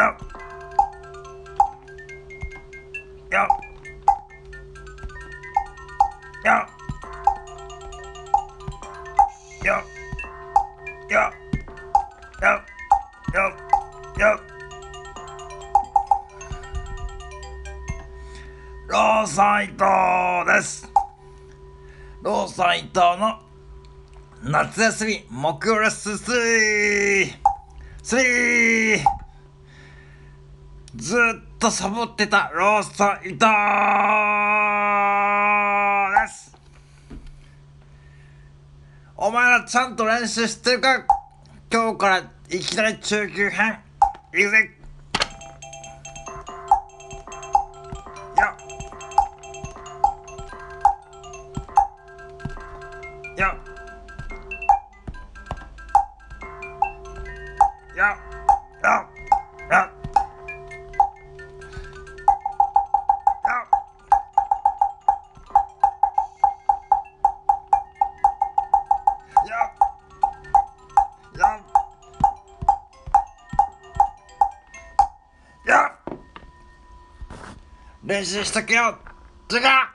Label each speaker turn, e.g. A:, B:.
A: やややややややローソン伊藤です。ローソン伊藤の夏休み目標レッスン3ずっとサボってたローソン伊藤です。お前らちゃんと練習してるか？今日からいきなり中級編いくぜ。ややややや練習しとけよ。てか